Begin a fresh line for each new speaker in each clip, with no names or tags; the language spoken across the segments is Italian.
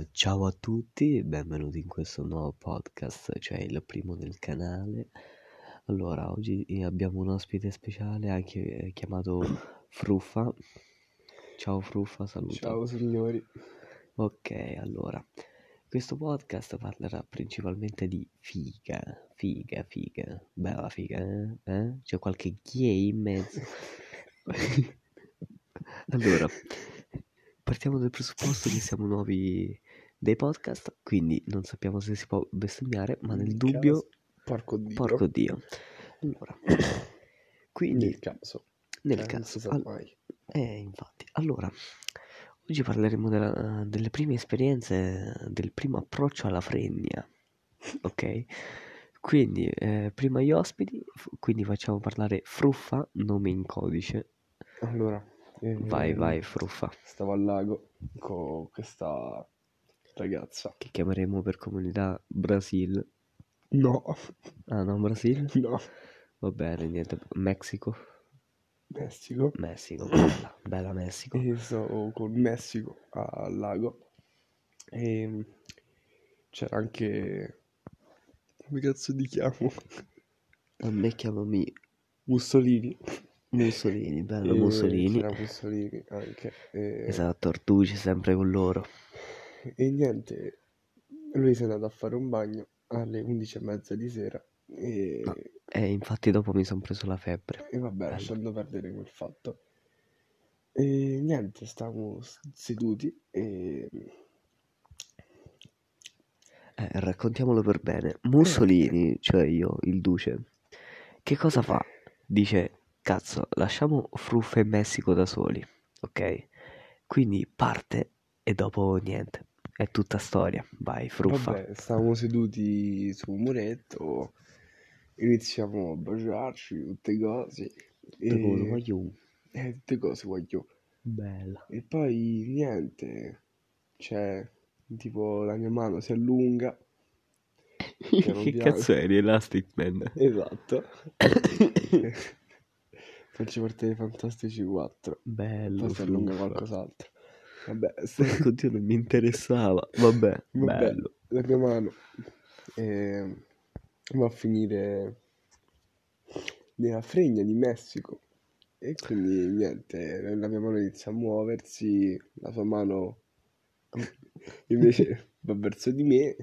Ciao a tutti e benvenuti in questo nuovo podcast, cioè il primo del canale. Allora, oggi abbiamo un ospite speciale anche chiamato Fruffa. Ciao Fruffa, saluta.
Ciao signori.
Ok, allora, questo podcast parlerà principalmente di figa. Bella figa, eh? C'è qualche gay in mezzo? Allora, partiamo dal presupposto che siamo nuovi dei podcast, quindi non sappiamo se si può bestemmiare, ma nel dubbio,
Porco Dio.
porco Dio. Allora, quindi
Nel caso.
nel
Non
caso,
si sa mai.
infatti, allora, oggi parleremo delle prime esperienze, del primo approccio alla fregna, ok? Quindi, prima gli ospiti, quindi facciamo parlare Fruffa, nome in codice.
Allora,
Vai, Fruffa.
stavo al lago con questa ragazza.
Che chiameremo per comunità Brasil.
No,
Ah no, Brasil?
no.
Va bene, niente. Messico.
Messico.
Bella Messico.
E sto con Messico al lago. E c'era anche... Come cazzo ti chiamo?
A me chiamami
Mussolini.
bello
E
Mussolini.
c'era Mussolini anche.
Esatto, Artugi sempre con loro.
E niente, lui si è andato a fare un bagno alle 11:30 di sera
No, infatti dopo mi sono preso la febbre.
e vabbè,
Bello.
lasciando perdere quel fatto. E niente, stavamo seduti e...
Raccontiamolo per bene. Mussolini, cioè io, il duce, che cosa fa? Dice, cazzo, lasciamo Fruffa e Messico da soli, ok? Quindi parte e dopo niente, è tutta storia. Vai, Fruffa.
Vabbè, stavamo seduti su un muretto, iniziamo a baciarci, tutte cose.
Te come lo
E...
voglio.
tutte cose voglio.
Bella.
E poi niente, cioè, tipo la mia mano si allunga. Piano
Che
piano.
cazzo eri, Elastic Man?
Esatto. Faccio parte dei Fantastici 4.
Bello,
Poi si allunga
Fruffa.
qualcos'altro. Vabbè,
Porco Dio, non mi interessava. Vabbè, bello.
la mia mano va a finire nella fregna di Messico. E quindi niente, la mia mano inizia a muoversi, la sua mano invece va verso di me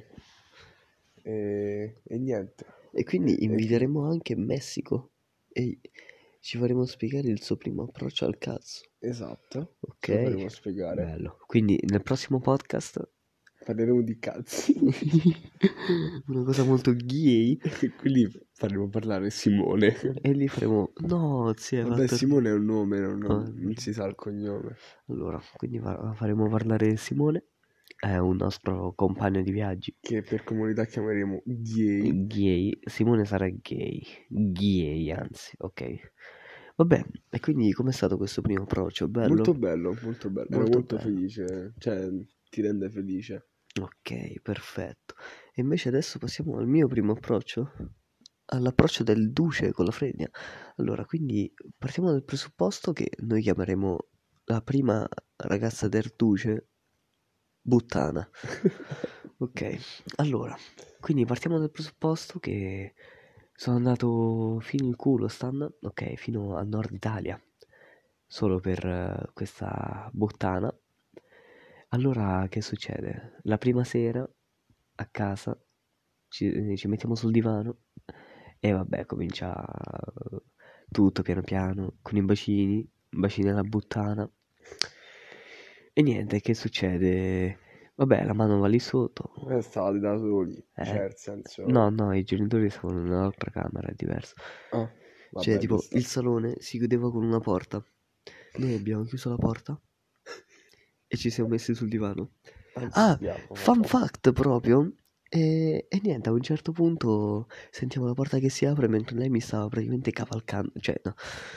e niente.
E quindi inviteremo anche Messico e ci faremo spiegare il suo primo approccio al cazzo.
Esatto,
Ok?
ce lo faremo spiegare.
Bello. Quindi nel prossimo podcast
Parleremo di cazzi.
una cosa molto gay
Quindi faremo parlare Simone.
e lì faremo no, zia,
Vabbè, Simone è un nome, non si sa il cognome.
Allora, quindi faremo parlare Simone, è un nostro compagno di viaggi.
Che per comunità chiameremo gay.
Gay, Simone sarà gay anzi, ok. Vabbè, e quindi com'è stato questo primo approccio? Bello?
Molto bello, molto bello. Ero
Molto
molto
bello.
felice, cioè ti rende felice.
Ok, perfetto. E invece adesso passiamo al mio primo approccio, all'approccio del duce con la fregna. Allora, quindi partiamo dal presupposto che noi chiameremo la prima ragazza del duce Buttana. Ok, allora, quindi partiamo dal presupposto che sono andato fino in culo stanno, ok, fino al nord Italia, solo per questa Buttana. Allora, che succede? La prima sera a casa ci mettiamo sul divano e vabbè, comincia tutto piano piano, con i bacini alla buttana. E niente, che succede? Vabbè, la mano va lì sotto.
Stavate da soli, cioè nel senso...
No, i genitori stavano nell'altra camera, è diverso.
Ah, vabbè,
Cioè, tipo,
sta.
il salone si chiudeva con una porta. Noi abbiamo chiuso la porta e ci siamo messi sul divano. Fun fact proprio. E niente, a un certo punto sentiamo la porta che si apre mentre lei mi stava praticamente cavalcando. Cioè, no.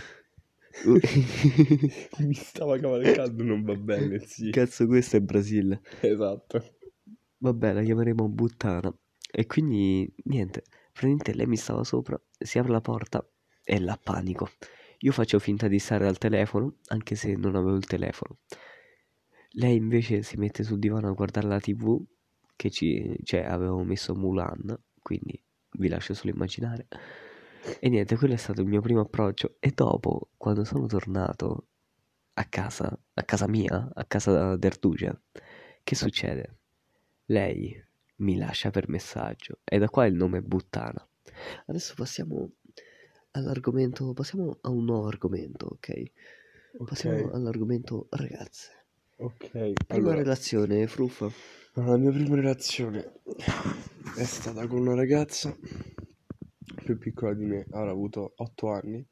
Mi stava cavalcando, non va bene, sì.
Cazzo, questo è Brasile.
Esatto.
Vabbè, la chiameremo Buttana. E quindi, niente, praticamente lei mi stava sopra, si apre la porta e la panico. Io faccio finta di stare al telefono, anche se non avevo il telefono. Lei invece si mette sul divano a guardare la TV, cioè avevo messo Mulan, quindi vi lascio solo immaginare. E niente, quello è stato il mio primo approccio. E dopo, quando sono tornato a casa mia, a casa del duce, che succede? Lei mi lascia per messaggio e da qua il nome Buttana. Adesso passiamo passiamo a un nuovo argomento, ok? Passiamo
Ok,
all'argomento ragazze.
ok.
Prima
Allora,
relazione, Fruffa.
la mia prima relazione è stata con una ragazza più piccola di me, avrà avuto 8 anni.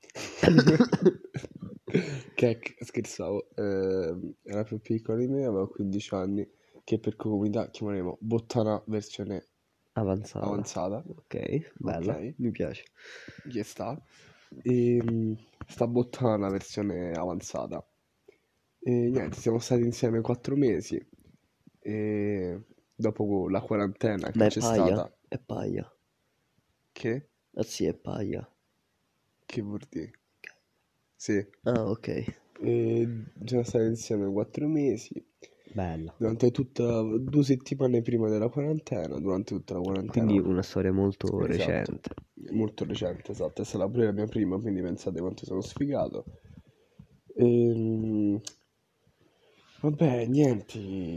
Scherzavo, era più piccola di me, aveva 15 anni, che per comunità chiameremo Bottana versione avanzata.
Ok, bella,
Ok,
mi piace.
chi sta? E sta Bottana versione avanzata. E niente, siamo stati insieme 4 mesi e dopo la quarantena
Ma
che
è
c'è
paia?
stata,
È paia.
che?
Ah sì, è paia.
Che vuol dire? Sì.
Ah, ok.
E siamo stati insieme 4 mesi,
Bella.
durante tutta 2 settimane prima della quarantena, durante tutta la
Quindi
quarantena.
una storia molto
Esatto,
recente.
molto recente, esatto, è stata pure la mia prima, quindi pensate quanto sono sfigato. Ehm, Vabbè, niente.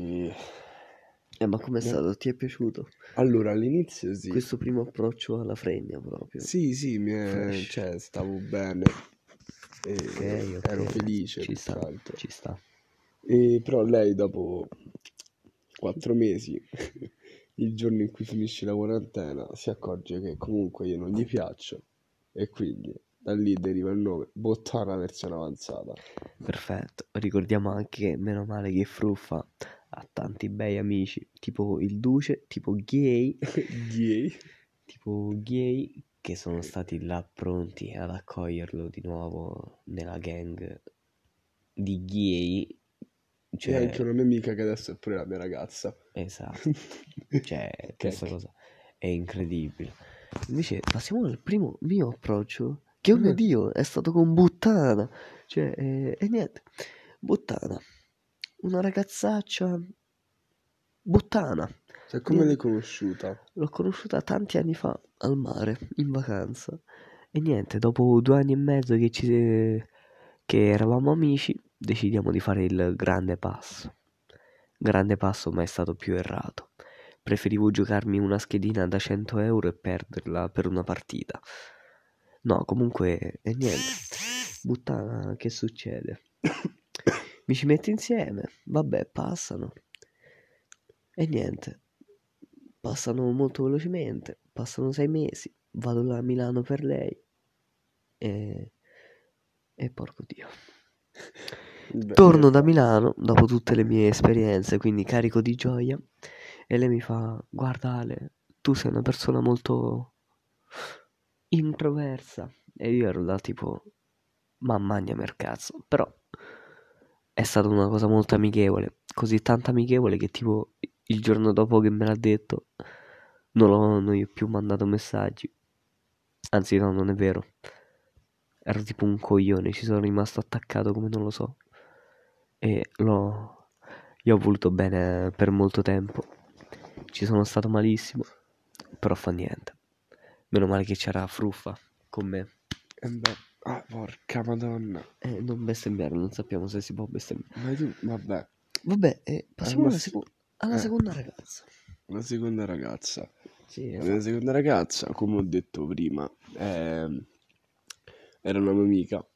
Ma com'è stato? Ti è piaciuto?
Allora, all'inizio sì.
Questo primo approccio alla fregna proprio.
Sì, sì,
Fresh.
cioè, stavo bene e
Ok,
ero
ok.
felice
Ci
più che
sta,
altro.
ci sta.
E però lei dopo 4 mesi, il giorno in cui finisce la quarantena, si accorge che comunque io non gli piaccio e quindi da lì deriva il nome Bottana versione avanzata.
Perfetto. Ricordiamo anche che meno male che Fruffa ha tanti bei amici, tipo il Duce,
Gay.
tipo gay, che sono stati là pronti ad accoglierlo di nuovo nella gang di gay.
E
Cioè,
anche una mia amica che adesso è pure la mia ragazza.
esatto. Cioè, questa
Crack.
cosa è incredibile. Invece, passiamo al primo mio approccio, che oh mio Dio, è stato con Buttana. Cioè, e niente, Buttana, una ragazzaccia Buttana.
Cioè, come l'hai
Niente.
conosciuta?
L'ho conosciuta tanti anni fa al mare, in vacanza. E niente, dopo 2 anni e mezzo che eravamo amici, decidiamo di fare il grande passo. Grande passo, ma è stato più errato. Preferivo giocarmi una schedina da 100 euro e perderla per una partita. No, comunque, e niente. Buttana, che succede? Mi ci metti insieme, vabbè, passano. E niente, passano molto velocemente, passano 6 mesi, vado là a Milano per lei e, e porco Dio.
Beh,
Torno da Milano dopo tutte le mie esperienze, quindi carico di gioia, e lei mi fa: guarda Ale, tu sei una persona molto introversa. E io ero là tipo, mamma mia il cazzo. Però è stata una cosa molto amichevole, così tanto amichevole che tipo il giorno dopo che me l'ha detto non gli ho più mandato messaggi. Anzi no, non è vero. Ero tipo un coglione, ci sono rimasto attaccato come non lo so. E gli ho voluto bene per molto tempo. Ci sono stato malissimo, però fa niente. Meno male che c'era Fruffa con me.
beh, porca madonna.
Non bestemmiare, non sappiamo se si può bestemmiare.
Ma tu, vabbè,
Vabbè,
al
passiamo alla
eh,
seconda ragazza.
la seconda ragazza.
Sì,
La mia
esatto.
seconda ragazza, come ho detto prima, era una mia amica.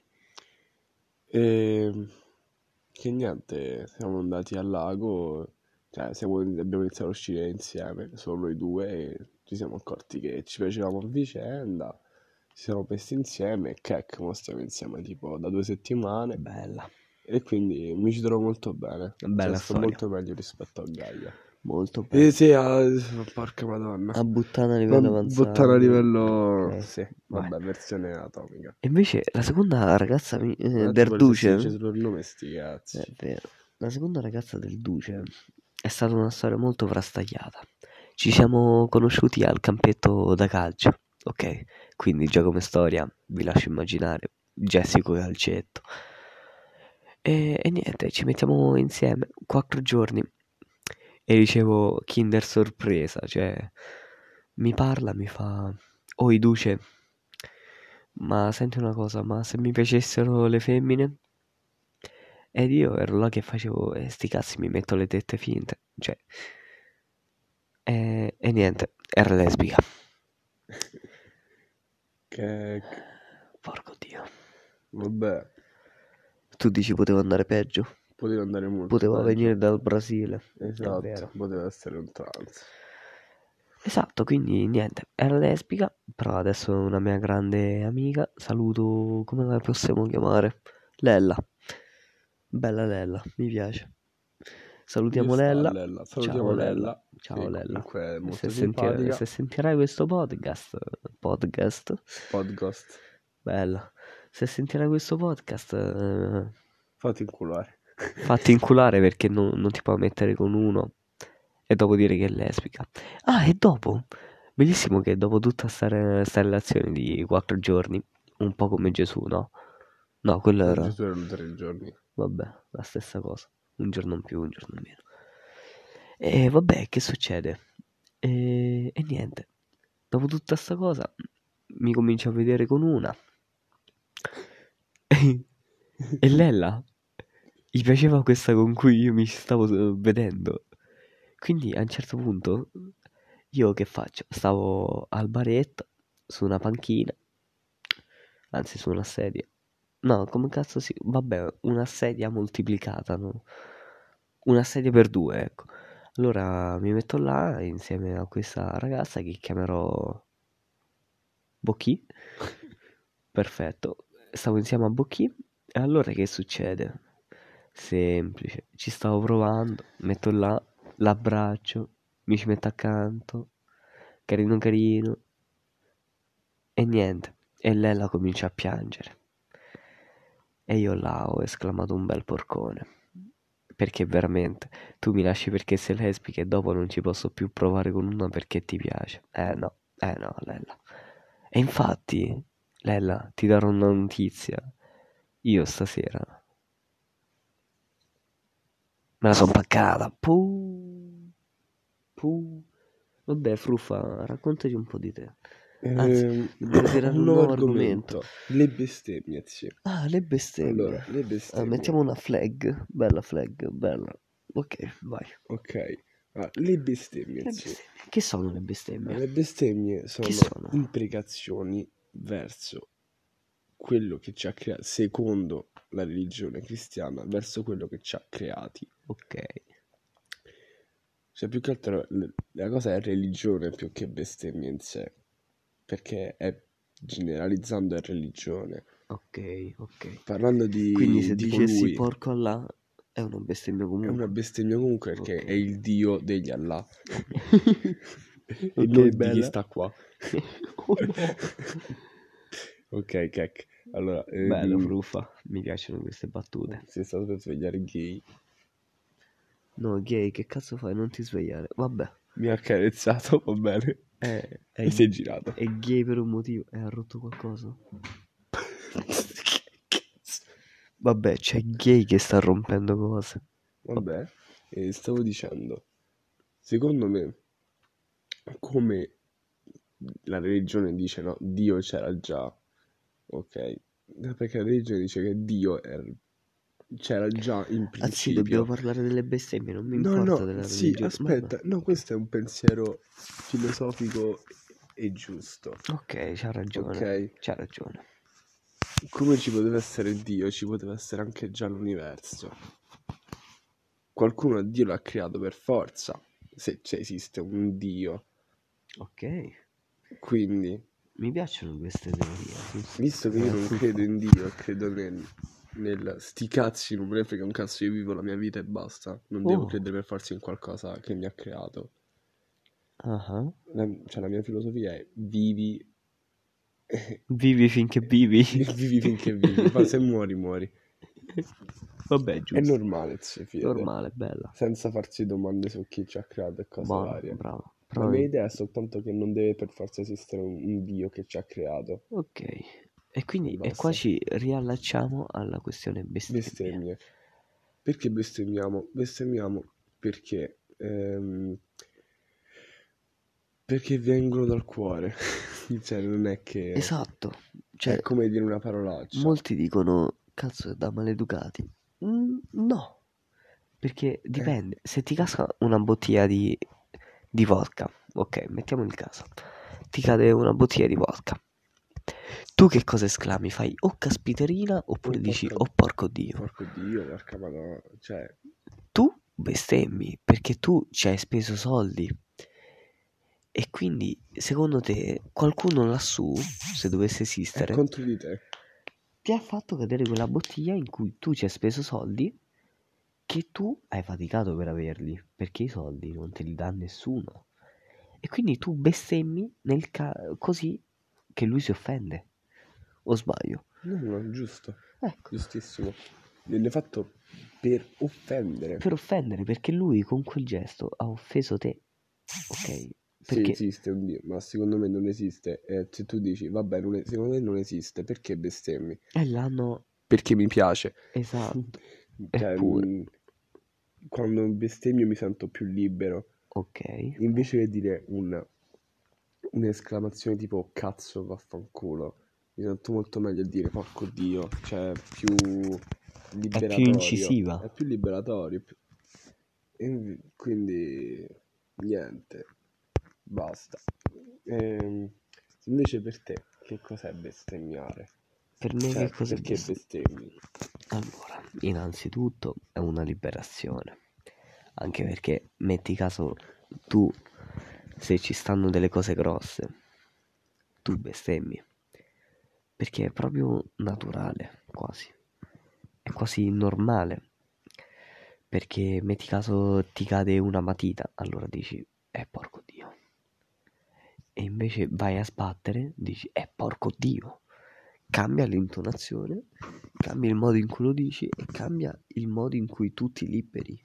E che niente, siamo andati al lago, cioè abbiamo iniziato a uscire insieme, solo noi due, e ci siamo accorti che ci piacevamo a vicenda, ci siamo messi insieme e mo stiamo insieme tipo da 2 settimane
Bella,
e quindi mi ci trovo molto bene, cioè
bella
sto
storia.
molto meglio rispetto a Gaia.
Molto
Eh
bella.
sì, porca madonna.
A Buttana a
Ma
livello
buttare a
avanzato.
livello...
Ok,
Sì,
vai.
vabbè, versione atomica.
E invece la seconda ragazza
Ma tanto poi se si dice
Verduce,
solo il nome sti
è
cazzi.
vero, la seconda ragazza del Duce è stata una storia molto frastagliata. Ci siamo conosciuti al campetto da calcio, ok? Quindi già come storia vi lascio immaginare Jessico Calcetto. E niente, ci mettiamo insieme 4 giorni e ricevo Kinder sorpresa, cioè mi parla, mi fa: Oi Duce, ma senti una cosa, ma se mi piacessero le femmine? Ed io ero là che facevo, sti cazzi, mi metto le tette finte, cioè, e niente, era lesbica.
Che...
Porco Dio.
Vabbè,
Tu dici poteva andare peggio?
poteva andare molto
Poteva
peggio.
venire dal Brasile, è
Esatto,
vero.
poteva essere un trans.
Esatto, quindi niente, era lesbica, però adesso è una mia grande amica, saluto, come la possiamo chiamare? Lella, bella Lella, mi piace.
Ci
Salutiamo
sta
Lella,
Lella,
ciao
salutiamo
Lella,
Lella,
ciao
che
Lella.
comunque è
Se,
molto simpatica.
se sentirai questo podcast,
Podcast,
bella, se sentirai questo podcast,
fatti inculare.
fatti inculare perché non ti puoi mettere con uno e dopo dire che è lesbica. Ah, e dopo, bellissimo che dopo tutta sta relazione di 4 giorni, un po' come Gesù, no? No, quello
No,
era,
Gesù erano 3 giorni.
vabbè, la stessa cosa, un giorno in più, un giorno in meno. E vabbè, che succede? E niente, dopo tutta sta cosa mi comincio a vedere con una e Lella gli piaceva questa con cui io mi stavo vedendo. Quindi a un certo punto io che faccio? Stavo al baretto su una panchina, anzi su una sedia. No, come cazzo si... Vabbè, una sedia moltiplicata, no? Una sedia per due, ecco. Allora mi metto là insieme a questa ragazza che chiamerò Bocchi. Perfetto. Stavo insieme a Bocchi e allora che succede? Semplice. Ci stavo provando, metto là, l'abbraccio, mi ci metto accanto, carino carino, e niente. E lei la comincia a piangere. E io là ho esclamato un bel porcone. Perché veramente, tu mi lasci perché sei lesbica e dopo non ci posso più provare con una perché ti piace. Eh no, Lella. E infatti, Lella, ti darò una notizia. Io stasera me la son paccata. Puh, puh. Vabbè, Fruffa, raccontaci un po' di te. Anzi, dobbiamo tirare
Un
un
nuovo
nuovo argomento.
argomento, le bestemmie, sì.
Ah, le bestemmie.
Allora, le
Mettiamo
bestemmie,
una flag. Bella flag, bella. Ok, vai.
ok. Le bestemmie,
Le
sì.
bestemmie. Che sono le bestemmie?
Le bestemmie
Che
sono
sono?
imprecazioni verso quello che ci ha creato, secondo la religione cristiana, verso quello che ci ha creati.
Ok.
Cioè, più che altro la cosa è religione più che bestemmia in sé, perché è, generalizzando, è religione.
Ok, ok.
Parlando
Quindi se
di
dicessi
colui,
porco Allah è una bestemmia
è una
comunque.
bestemmia comunque perché è
Ok.
il dio degli Allah e
Ok,
non di chi
bella.
sta qua.
Oh no.
Ok, Kek. Allora,
Bello, Fruffa. Mi piacciono queste battute.
sei stato per svegliare gay.
No, gay, che cazzo fai? Non ti svegliare. Vabbè.
Mi ha accarezzato, va bene.
È,
E si è girato.
è gay per un motivo. Ha rotto qualcosa? Vabbè, c'è gay che sta rompendo cose.
Vabbè, stavo dicendo, secondo me, come la religione dice, no, Dio c'era già, ok? Perché la religione dice che c'era già in
Ah sì, dobbiamo
principio.
parlare delle bestemmie, non mi
No,
importa
no,
della
sì,
religione. Vabbè.
aspetta, no, questo è un pensiero filosofico e giusto,
Ok, c'ha ragione.
ok?
C'ha ragione.
Come ci poteva essere Dio, ci poteva essere anche già l'universo. Qualcuno Dio l'ha creato per forza, se esiste un Dio.
Ok.
Quindi,
Mi piacciono queste teorie.
visto che io non credo in Dio, credo nel sti cazzi, non me ne frega un cazzo, io vivo la mia vita e basta. Non devo
Oh.
credere per forza in qualcosa che mi ha creato.
Ah.
Cioè, la mia filosofia è vivi,
Vivi finché vivi.
vivi finché vivi, poi se muori, muori.
Vabbè,
È
giusto.
normale, si fide,
Normale, bella.
senza farsi domande su chi ci ha creato e cose
Buono,
varie.
bravo.
La mia idea è soltanto che non deve per forza esistere un Dio che ci ha creato.
Ok. E qua ci riallacciamo alla questione bestemmie.
Bestemmie. Perché bestemmiamo? Bestemmiamo perché vengono dal cuore. Cioè, non è che
Esatto. Cioè,
è come dire una parolaccia.
molti dicono, cazzo, è da maleducati. No, perché dipende. Se ti casca una bottiglia di vodka, ok, mettiamo il caso, ti cade una bottiglia di vodka. Tu che cosa esclami? Fai o caspiterina oppure dici oh porco Dio?
Porco Dio, porca madonna, cioè...
Tu bestemmi perché tu ci hai speso soldi. E quindi, secondo te, qualcuno lassù, se dovesse
È
esistere,
contro di te.
ti ha fatto cadere quella bottiglia in cui tu ci hai speso soldi che tu hai faticato per averli, perché i soldi non te li dà nessuno. E quindi tu bestemmi così che lui si offende. O sbaglio?
No, giusto.
Ecco,
Giustissimo. Viene fatto per offendere.
per offendere, perché lui con quel gesto ha offeso te. Ok?
Sì,
Perché
esiste un Dio, ma secondo me non esiste. Se tu dici, vabbè, secondo me non esiste, perché bestemmi?
l'hanno
Perché mi piace.
esatto.
Cioè,
Eppure,
quando bestemmio mi sento più libero.
ok.
Invece che dire un'esclamazione tipo cazzo, vaffanculo, mi sento molto meglio a dire porco Dio, cioè più
È
liberatorio.
più incisiva.
È più liberatorio. E quindi niente, basta. Invece per te, che cos'è bestemmiare?
Per me
Cioè,
che cos'è
perché bestemmi?
Allora, innanzitutto è una liberazione. Anche perché, metti caso, tu, se ci stanno delle cose grosse, tu bestemmi. Perché è proprio naturale, quasi. È quasi normale. Perché, metti caso, ti cade una matita, allora dici, porco Dio. E invece vai a sbattere, dici, porco Dio. Cambia l'intonazione, cambia il modo in cui lo dici e cambia il modo in cui tu ti liberi.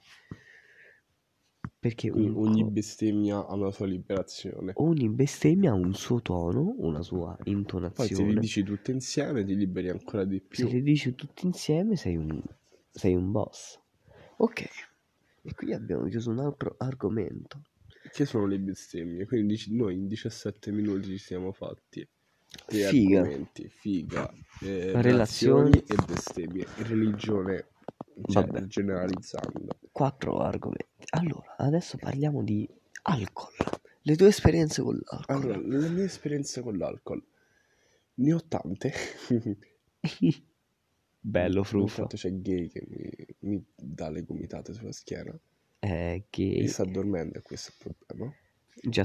Perché
Quindi ogni bestemmia ha una sua liberazione.
ogni bestemmia ha un suo tono, una sua
Poi se li
intonazione.
dici tutte insieme ti liberi ancora di
Se
più.
le dici tutte insieme sei un boss. Ok, e qui abbiamo chiuso un altro argomento.
Che sono le bestemmie? Quindi noi in 17 minuti ci siamo fatti tre
Figa,
argomenti: figa,
relazioni,
relazioni e bestemmie, e religione, cioè
vabbè,
generalizzando.
4 argomenti. Allora, adesso parliamo di alcol. Le tue esperienze con
Allora,
l'alcol.
la mia esperienza con l'alcol, ne ho tante.
Bello,
Ogni
Fruffo.
tanto c'è Gay che mi dà le gomitate sulla schiena e
Che
sta dormendo, e questo è il problema.
già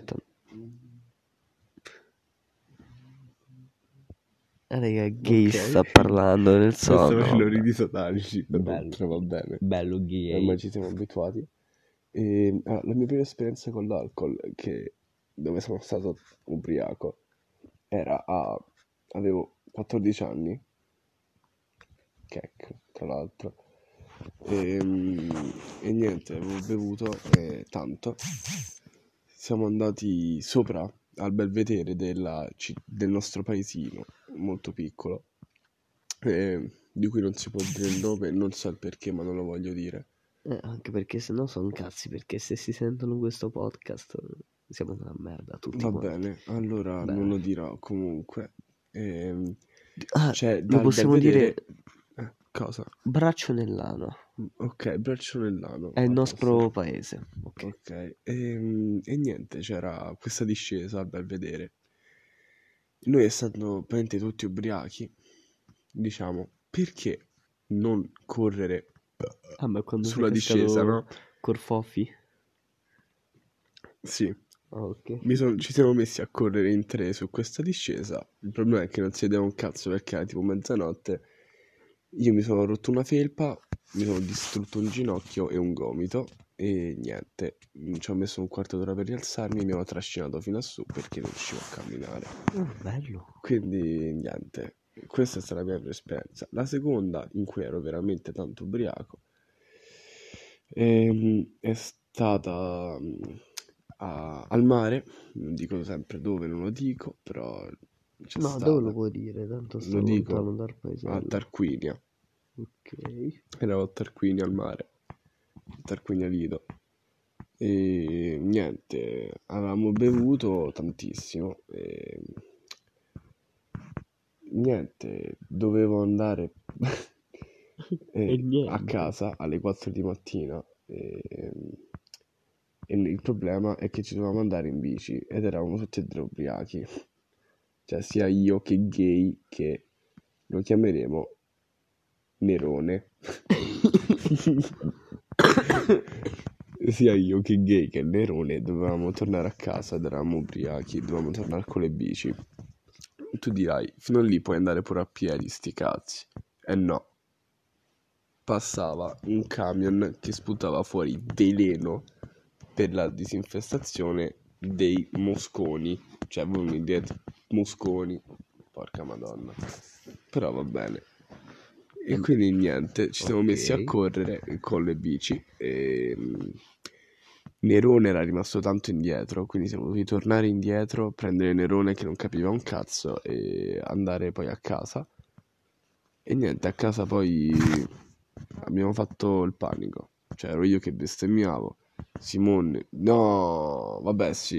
raga, Gay
Ok.
sta parlando nel
Sta
sonno.
facendo ridi satanici,
Bello.
però va bene.
Bello Gay.
Ormai ci siamo abituati. La mia prima esperienza con l'alcol, dove sono stato ubriaco, avevo 14 anni, tra l'altro, e niente, avevo bevuto tanto. Siamo andati sopra al Belvedere del nostro paesino, molto piccolo, di cui non si può dire il nome, non so il perché, ma non lo voglio dire.
Anche perché sennò sono cazzi, perché se si sentono questo podcast siamo una merda tutti
Va
quanti.
bene, allora
Bene.
non lo dirò comunque.
Lo
Dal
possiamo
Belvedere...
dire
cosa?
Braccio nell'ano.
Ok, Braccio nell'ano.
È il
a
nostro
posto.
paese. Ok.
Ok, e niente, c'era questa discesa al Belvedere. Noi, essendo praticamente tutti ubriachi, diciamo, perché non correre
Ma quando
sulla
sei
discesa,
cascato
no?
Corfofi?
Sì.
Ok.
Ci siamo messi a correre in tre su questa discesa. Il problema è che non si vedeva un cazzo perché era tipo mezzanotte. Io mi sono rotto una felpa, mi sono distrutto un ginocchio e un gomito e niente, ci ho messo un quarto d'ora per rialzarmi e mi hanno trascinato fino a su perché non riuscivo a camminare.
Bello.
Quindi niente, questa è stata la mia prima esperienza. La seconda, in cui ero veramente tanto ubriaco, è stata al mare, non dico sempre dove, non lo dico, però C'è
No, dove lo
stata.
puoi dire? Tanto sta
Lo dico,
lontano dal
a
paesello.
Tarquinia.
Ok.
Eravamo a Tarquinia al mare, Tarquinia Lido. E niente, avevamo bevuto tantissimo e niente, dovevo andare
E
a
niente.
casa alle 4 di mattina e il problema è che ci dovevamo andare in bici ed eravamo tutti e tre ubriachi, cioè sia io che Gay, che lo chiameremo Nerone. Sia io che Gay che Nerone dovevamo tornare a casa ed eravamo ubriachi, dovevamo tornare con le bici. Tu dirai, fino a lì puoi andare pure a piedi, sti cazzi. E no, passava un camion che sputava fuori veleno per la disinfestazione dei mosconi. Cioè, voi mi dite mosconi, porca madonna. Però va bene. E quindi niente, ci siamo messi a
Ok.
correre con le bici e Nerone era rimasto tanto indietro, quindi siamo dovuti tornare indietro, prendere Nerone che non capiva un cazzo e andare poi a casa. E niente, a casa poi abbiamo fatto il panico. Cioè ero io che bestemmiavo. Simone, no, vabbè sì,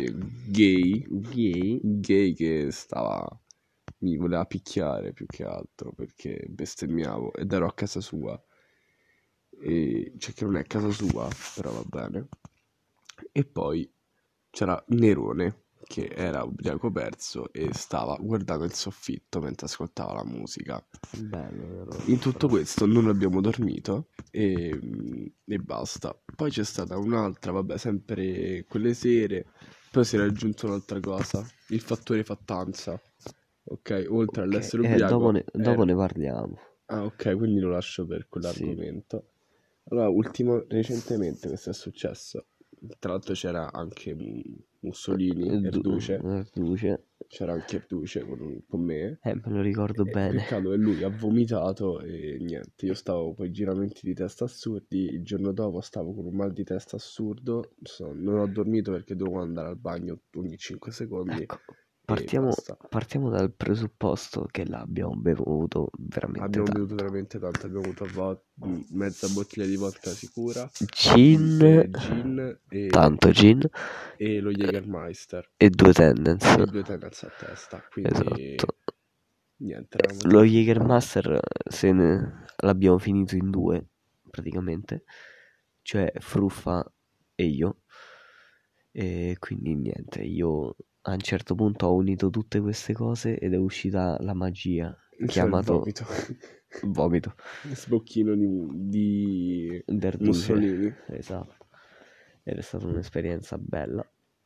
gay che mi voleva picchiare più che altro perché bestemmiavo ed ero a casa sua. E, cioè che non è casa sua, però va bene. E poi c'era Nerone che era ubriaco perso e stava guardando il soffitto mentre ascoltava la musica.
Bello, vero?
In tutto questo non abbiamo dormito e basta. Poi c'è stata un'altra, vabbè, sempre quelle sere. Poi si è raggiunto un'altra cosa, il fattore fattanza. Ok, oltre
Ok,
all'essere ubriaco
dopo ne parliamo.
Ah, ok, quindi lo lascio per
Sì.
quell'argomento. Allora, recentemente questo è successo. Tra l'altro c'era anche Mussolini, Erduce.
Duce.
C'era anche Erduce con me.
Me lo ricordo bene.
Peccato che lui ha vomitato e niente. Io stavo con i giramenti di testa assurdi. Il giorno dopo stavo con un mal di testa assurdo. Non ho dormito perché dovevo andare al bagno ogni 5 secondi
Ecco,
e basta.
partiamo dal presupposto che l'abbiamo bevuto veramente
Abbiamo bevuto
tanto.
veramente tanto, abbiamo avuto mezza bottiglia di vodka sicura,
Gin,
gin
tanto gin
e lo Jägermeister
e due Tendence.
e due tendenze a testa, quindi
Esatto.
niente, eravamo
Lo
tutti.
Jägermaster l'abbiamo finito in due, praticamente, cioè Fruffa e io. E quindi niente, io a un certo punto ho unito tutte queste cose ed è uscita la magia,
Cioè il
chiamato vomito
sbocchino di
d'Erduce,
Mussolini.
esatto. Ed è stata un'esperienza bella.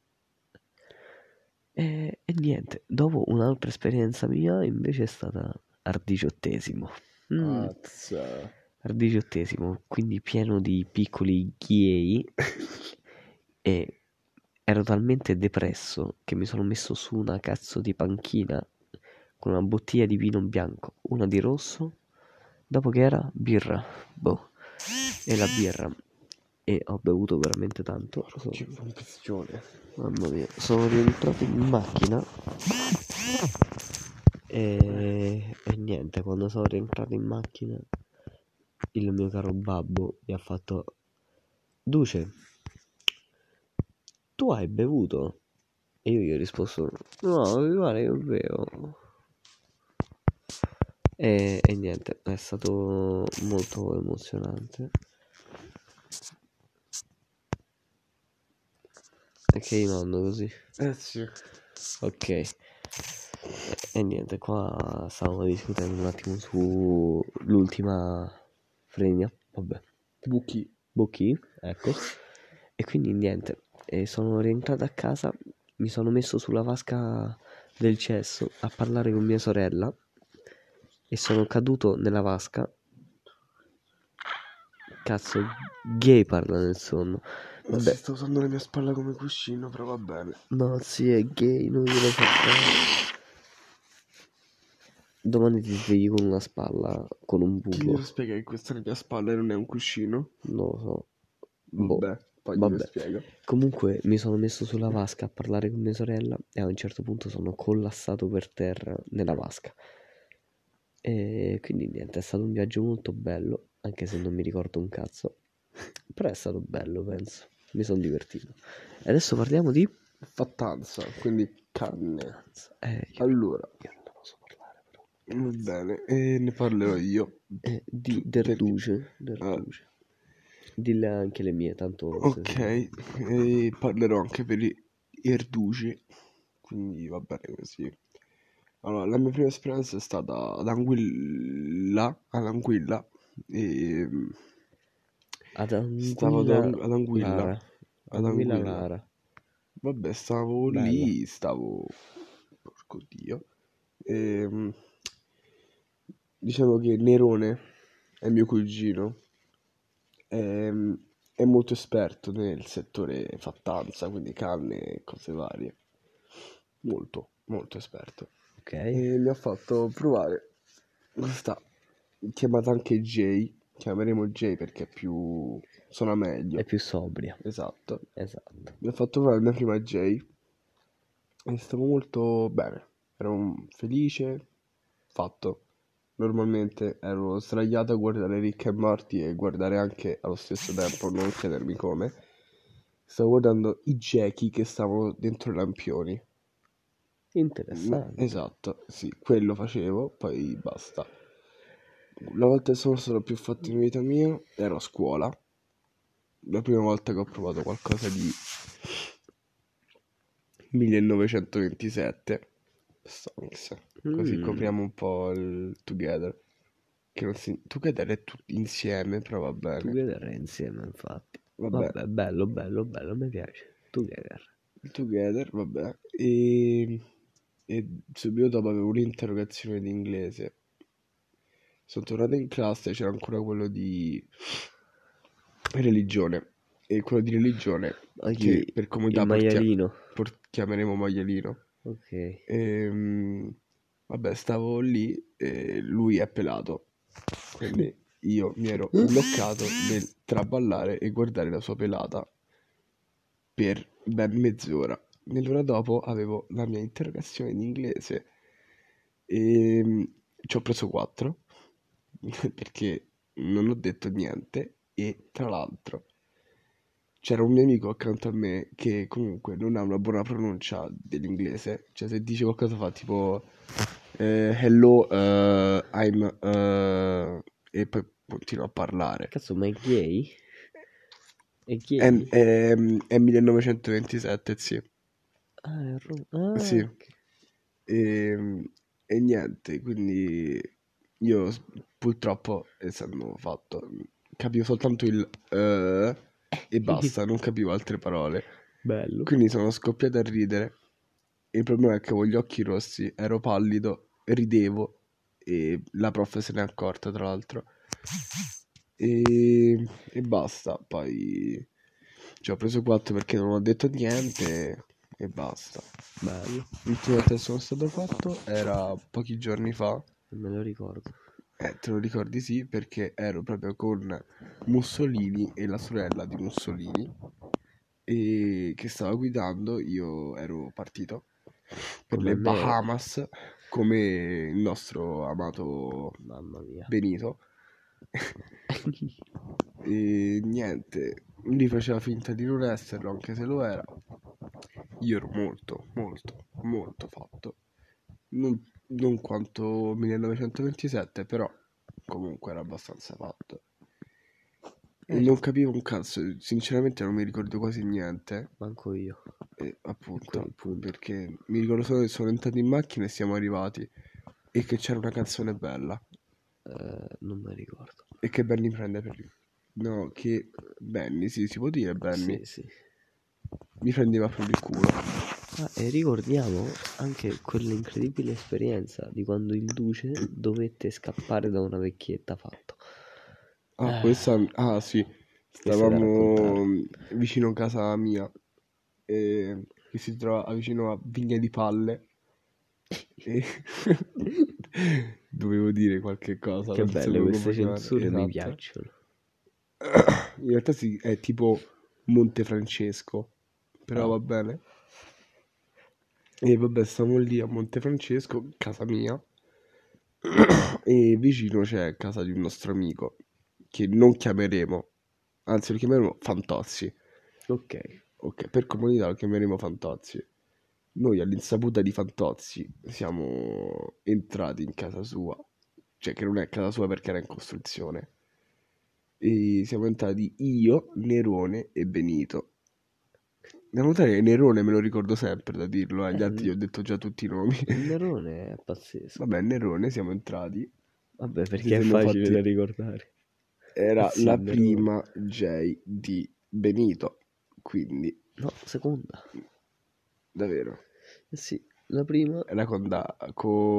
E niente, dopo un'altra esperienza mia invece è stata al 18°.
Azza.
Al 18°, quindi pieno di piccoli ghiei e ero talmente depresso che mi sono messo su una cazzo di panchina con una bottiglia di vino bianco, una di rosso, dopo che era birra, boh, e la birra. E ho bevuto veramente tanto.
Che confessione.
Mamma mia, sono rientrato in macchina e niente, quando sono rientrato in macchina il mio caro babbo mi ha fatto: Duce, tu hai bevuto? E io gli ho risposto: no, mi pare che bevo. E niente, è stato molto emozionante. Perché io mando così.
Sì.
Ok. E niente, qua stavamo discutendo un attimo su l'ultima Frenia. Vabbè. Bucchi, ecco. E quindi niente, e sono rientrato a casa, mi sono messo sulla vasca del cesso a parlare con mia sorella e sono caduto nella vasca. Cazzo, gay parla nel sonno.
Si
Vabbè,
sta usando la mia spalla come cuscino, però va bene.
no, sì, è gay, non glielo fa fare. Domani ti svegli con una spalla, con un
Chi
buco.
glielo spiega che questa è la mia spalla e non è un cuscino?
Non lo so. Boh.
Vabbè. Poi mi
Vabbè,
spiega.
comunque mi sono messo sulla vasca a parlare con mia sorella e a un certo punto sono collassato per terra nella vasca. E quindi niente, è stato un viaggio molto bello, anche se non mi ricordo un cazzo. Però è stato bello, penso. Mi sono divertito. E adesso parliamo di...
Fattanza, quindi canne.
Io
Allora,
non ne posso parlare però.
va bene, e ne parlerò io.
Del
Perché...
duce, Dille anche le mie, tanto...
Ok, e parlerò anche per i Erduci, quindi va bene così. Allora, la mia prima esperienza è stata ad Anguilla, e
Ad
stavo
Anguilla
ad Anguilla,
Lara.
ad
Anguilla
Anguilla.
Lara.
Vabbè, stavo
Bella.
lì, porco Dio. E, diciamo che Nerone è mio cugino, è, è molto esperto nel settore fattanza, quindi canne e cose varie. Molto, molto esperto.
Ok.
E mi ha fatto provare questa, chiamata anche J, chiameremo J perché è più... suona
È
meglio.
più sobria.
Esatto.
Esatto.
Mi ha fatto provare la mia prima J e stavo molto bene. Ero felice, fatto. Normalmente ero sdraiato a guardare Rick e Morty e guardare anche allo stesso tempo, non chiedermi come. Stavo guardando i gechi che stavano dentro i lampioni.
Interessante.
Esatto, sì, quello facevo, poi basta. La volta che sono stato più fatto in vita mia ero a scuola. La prima volta che ho provato qualcosa di 1927. Stonks. Così copriamo un po' il Together. Che non si... Together è tutti insieme, però va bene.
Together insieme, infatti.
Vabbè,
Vabbè, bello, bello, bello, mi piace. Together.
Together, vabbè. E subito dopo avevo un'interrogazione di inglese. Sono tornato in classe, c'era ancora quello di religione. E quello di religione, che per
Il
comodità
maialino.
chiameremo maialino.
Ok.
Vabbè, stavo lì e lui è pelato. Quindi io mi ero bloccato nel traballare e guardare la sua pelata per ben mezz'ora. Mezz'ora dopo avevo la mia interrogazione in inglese e ci ho preso 4 perché non ho detto niente e tra l'altro c'era un mio amico accanto a me che comunque non ha una buona pronuncia dell'inglese, cioè se dice qualcosa fa tipo hello, I'm e poi continua a parlare.
Cazzo, ma è gay? È
È,
gay?
è 1927, sì.
Ah,
Sì.
ok.
E niente, quindi io purtroppo, essendo fatto, capivo soltanto il e basta, non capivo altre parole.
Bello.
Quindi sono scoppiato a ridere. E il problema è che avevo gli occhi rossi, ero pallido, ridevo e la prof se n'è accorta, tra l'altro. E basta, poi ci ho preso 4 perché non ho detto niente e basta.
Bello.
L'ultima volta che sono stato fatto era pochi giorni fa.
Non me lo ricordo.
Te lo ricordi, sì, perché ero proprio con Mussolini e la sorella di Mussolini e che stava guidando, io ero partito per
Come
le
me.
Bahamas come il nostro amato
Mamma mia.
Benito. E niente, lui faceva finta di non esserlo, anche se lo era. Io ero molto, molto, molto fatto. Non quanto 1927, però comunque era abbastanza fatto. E non capivo un cazzo, sinceramente non mi ricordo quasi niente.
Manco io.
E
È quello
appunto,
il punto.
perché mi ricordo solo che sono entrato in macchina e siamo arrivati. E che c'era una canzone bella.
Non me ricordo.
E che Benny prende per... No, che Benny, sì, si può dire Benny.
Sì, sì.
Mi prendeva per il culo.
Ah, e ricordiamo anche quell'incredibile esperienza di quando il duce dovette scappare da una vecchietta fatto.
Ah, questa... Ah, sì.
Questa è da raccontare.
Stavamo vicino a casa mia. Che si trova vicino a Vigna di Palle. E... Dovevo dire qualche cosa,
Che
non
belle
sapevo
queste
come fare.
censure, mi
Esatto.
piacciono.
In realtà sì, è tipo Montefrancesco, però va bene. E vabbè, stiamo lì a Montefrancesco, casa mia, e vicino c'è casa di un nostro amico, che non chiameremo, anzi lo chiameremo Fantozzi. Ok, per comunità lo chiameremo Fantozzi. Noi all'insaputa di Fantozzi siamo entrati in casa sua, cioè che non è casa sua perché era in costruzione. E siamo entrati io, Nerone e Benito. Devo notare che Nerone me lo ricordo sempre da dirlo, agli altri gli ho detto già tutti i nomi.
Il Nerone è pazzesco.
Vabbè, Nerone siamo entrati.
Vabbè,
Ci
perché è
siamo
facile
fatti-
da ricordare.
Era
Sì,
la
Nerone.
prima J di Benito, quindi
No, seconda.
davvero.
Sì, la prima
Era con Da.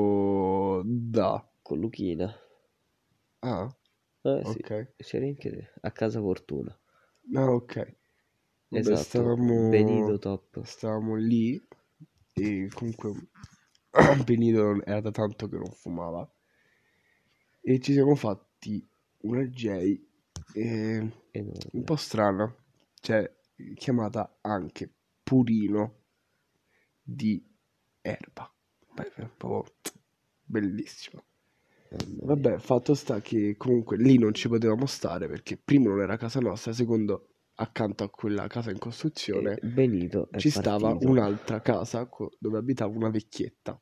con Luchina.
Ah,
Sì,
ok.
c'eri anche te, a casa Fortuna.
Ah, ok. Vabbè,
Esatto, Benito top.
stavamo lì e comunque Benito era da tanto che non fumava e ci siamo fatti una J un
Enorme.
po' strana, cioè chiamata anche Purino di erba. Beh, è proprio bellissimo.
Mamma mia.
Vabbè, fatto sta che comunque lì non ci potevamo stare perché primo non era casa nostra, secondo accanto a quella casa in costruzione
Benito è
ci stava
partito.
un'altra casa dove abitava una vecchietta.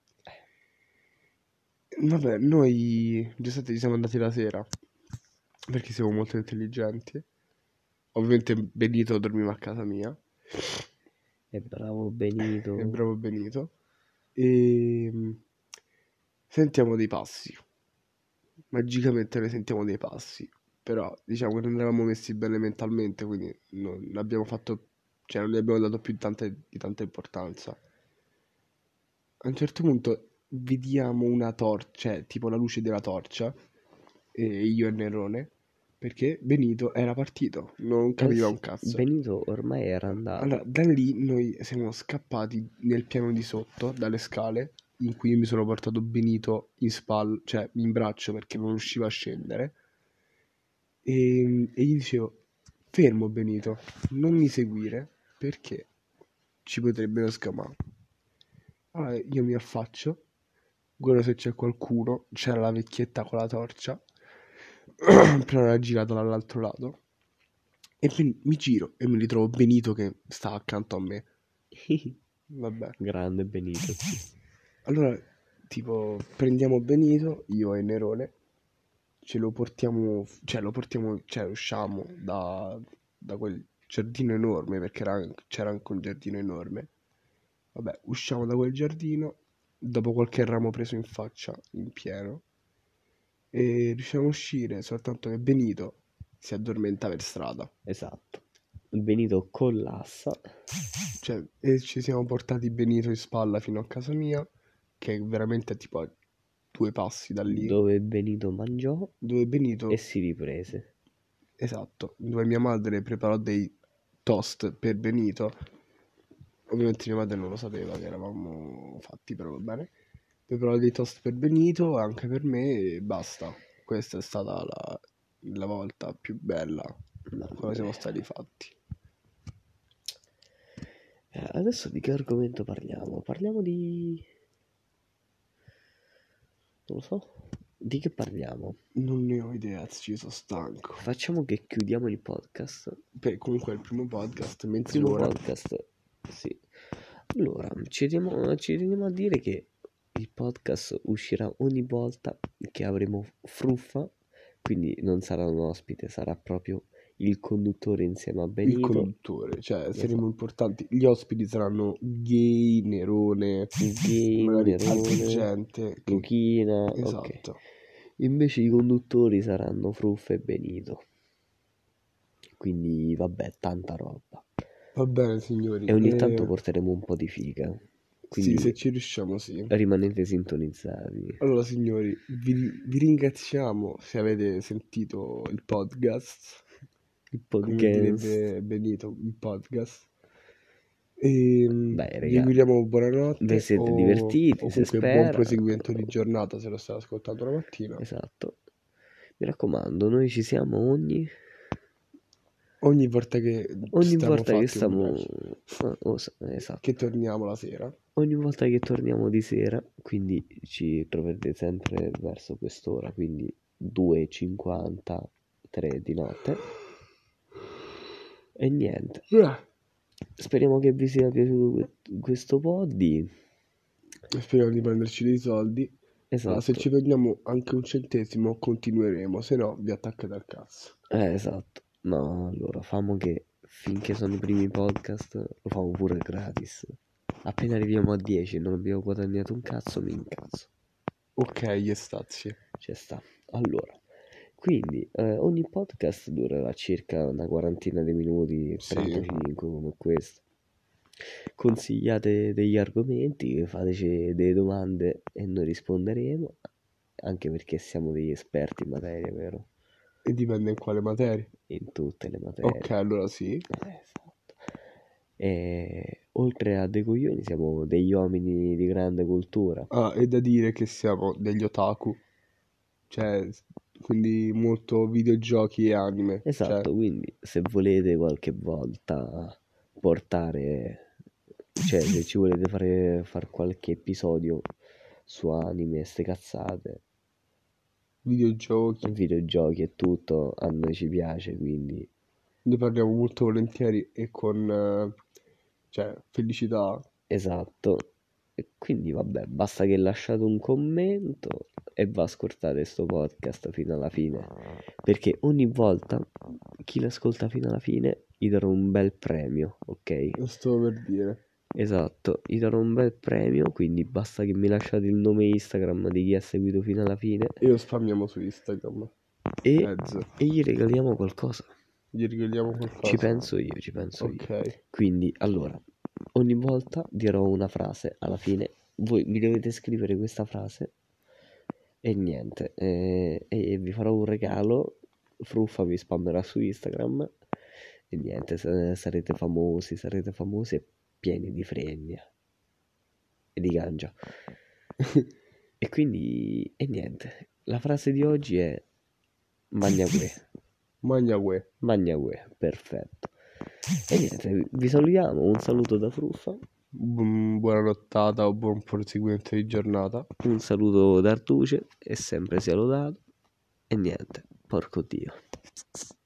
Vabbè, noi giustamente ci siamo andati la sera perché siamo molto intelligenti. Ovviamente Benito dormiva a casa mia.
È bravo Benito.
È bravo Benito. E sentiamo dei passi. Magicamente noi sentiamo dei passi. Però diciamo che non eravamo messi bene mentalmente, quindi non abbiamo fatto, cioè non gli abbiamo dato più di tanta importanza. A un certo punto vediamo una torcia, cioè tipo la luce della torcia, e io e Nerone, perché Benito era partito, non capiva
Sì,
un cazzo.
Benito ormai era andato.
Allora, da lì noi siamo scappati nel piano di sotto, dalle scale, in cui io mi sono portato Benito in spalla, cioè in braccio perché non riusciva a scendere, e gli dicevo, fermo Benito, non mi seguire perché ci potrebbero scamare. Allora io mi affaccio, guardo se c'è qualcuno, c'era la vecchietta con la torcia, però era girata dall'altro lato, e mi giro e mi ritrovo Benito che sta accanto a me. Vabbè.
Grande Benito.
Allora, tipo, prendiamo Benito, io e Nerone, ce lo portiamo, cioè usciamo da quel giardino enorme, perché c'era anche un giardino enorme. Vabbè, usciamo da quel giardino, dopo qualche ramo preso in faccia, in pieno, e riusciamo a uscire, soltanto che Benito si addormenta per strada.
Esatto. Il Benito collassa.
Cioè, e ci siamo portati Benito in spalla fino a casa mia, che è veramente tipo a 2 passi da lì,
Dove Benito mangiò
dove Benito,
e si riprese.
esatto, dove mia madre preparò dei toast per Benito. Ovviamente mia madre non lo sapeva che eravamo fatti, però va bene. Preparò dei toast per Benito, anche per me, e basta. Questa è stata la volta più bella quando siamo stati fatti.
Adesso di che argomento parliamo? Parliamo di... non lo so. Di che parliamo?
Non ne ho idea, ci sono stanco.
Facciamo che chiudiamo il podcast.
Beh, comunque è il primo podcast,
Il primo
mezz'ora.
podcast, sì. Allora, ci teniamo a dire che il podcast uscirà ogni volta che avremo Fruffa, quindi non sarà un ospite, sarà proprio il conduttore insieme a
Il
Benito.
conduttore, cioè
Esatto.
saremo importanti. Gli ospiti saranno Gay, Nerone,
Gay,
magari altra
Nerone,
gente.
Luchina, ok.
Esatto.
Invece i conduttori saranno Fruffa e Benito. Quindi vabbè, tanta roba.
Va bene, signori.
E ogni tanto porteremo un po' di figa. Quindi
Sì, se ci riusciamo, sì.
rimanete sintonizzati.
Allora, signori, vi ringraziamo se avete sentito il podcast.
Il
Come
podcast.
direbbe Benito, il podcast. E
Dai,
vi
raga,
auguriamo buonanotte.
vi siete divertiti,
o
se
comunque buon
spera.
proseguimento di giornata se lo state ascoltando la mattina.
Esatto. Mi raccomando, noi ci siamo ogni
Ogni volta che
Ogni
stiamo
volta che
fatti un
stiamo...
break,
esatto.
che torniamo la sera.
Ogni volta che torniamo di sera, quindi ci troverete sempre verso quest'ora, quindi 2:53 di notte. E niente. Speriamo che vi sia piaciuto questo pod.
Speriamo di prenderci dei soldi.
Esatto.
Se ci prendiamo anche un centesimo continueremo, se no vi attaccate al cazzo.
Esatto. No, allora famo che finché sono i primi podcast lo famo pure gratis. Appena arriviamo a 10 e non abbiamo guadagnato un cazzo, mi incazzo.
Ok, stazzi.
Ci sta. Allora, quindi ogni podcast durerà circa una quarantina di minuti,
Sì.
35 come questo. Consigliate degli argomenti, fateci delle domande e noi risponderemo, anche perché siamo degli esperti in materia, vero?
E dipende in quale materia.
In tutte le materie.
Ok, allora sì.
Esatto. E oltre a dei coglioni siamo degli uomini di grande cultura.
Ah, è da dire che siamo degli otaku. Cioè, quindi molto videogiochi e anime.
Esatto,
Cioè,
quindi se volete qualche volta portare, cioè se ci volete fare qualche episodio su anime e ste cazzate, videogiochi e tutto, a noi ci piace, quindi
ne parliamo molto volentieri e con felicità.
esatto. E quindi vabbè, basta che lasciate un commento e va a ascoltare sto podcast fino alla fine, perché ogni volta chi l'ascolta fino alla fine gli darò un bel premio, ok?
Lo sto per dire.
Esatto, gli darò un bel premio, quindi basta che mi lasciate il nome Instagram di chi ha seguito fino alla fine
E lo spammiamo su Instagram.
e gli regaliamo qualcosa.
Gli regaliamo qualcosa.
Ci penso io.
Ok.
Quindi, allora, ogni volta dirò una frase alla fine, voi mi dovete scrivere questa frase e niente, e vi farò un regalo, Fruffa vi spammerà su Instagram e niente, sarete famosi e pieni di fregna e di ganja. E quindi, e niente, la frase di oggi è Magnague, perfetto. E niente, vi salutiamo, un saluto da Fruffa.
Buona nottata o buon proseguimento di giornata.
Un saluto da Artuce e sempre sia lodato. E niente, porco Dio.